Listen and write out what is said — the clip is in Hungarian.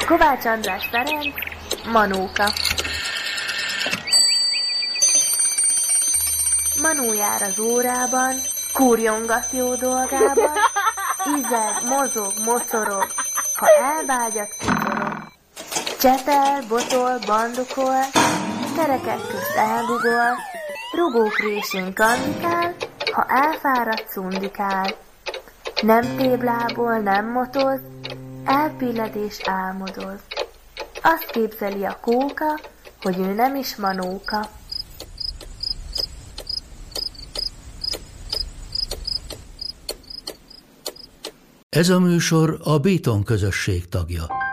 Kovács András Ferenc, Manóka. Manó jár az órában, kúrjongat jó dolgában, ízeg, mozog, mocorog, ha elvágyat kiforog. Csetel, botol, bandokol, kerekek közt elgugol, rugók résén kandikál, ha elfáradt szundikál. Nem téblából, nem motoz, elpilled és álmodoz. Azt képzeli a kóka, hogy ő nem is manóka. Ez a műsor a Béton közösség tagja.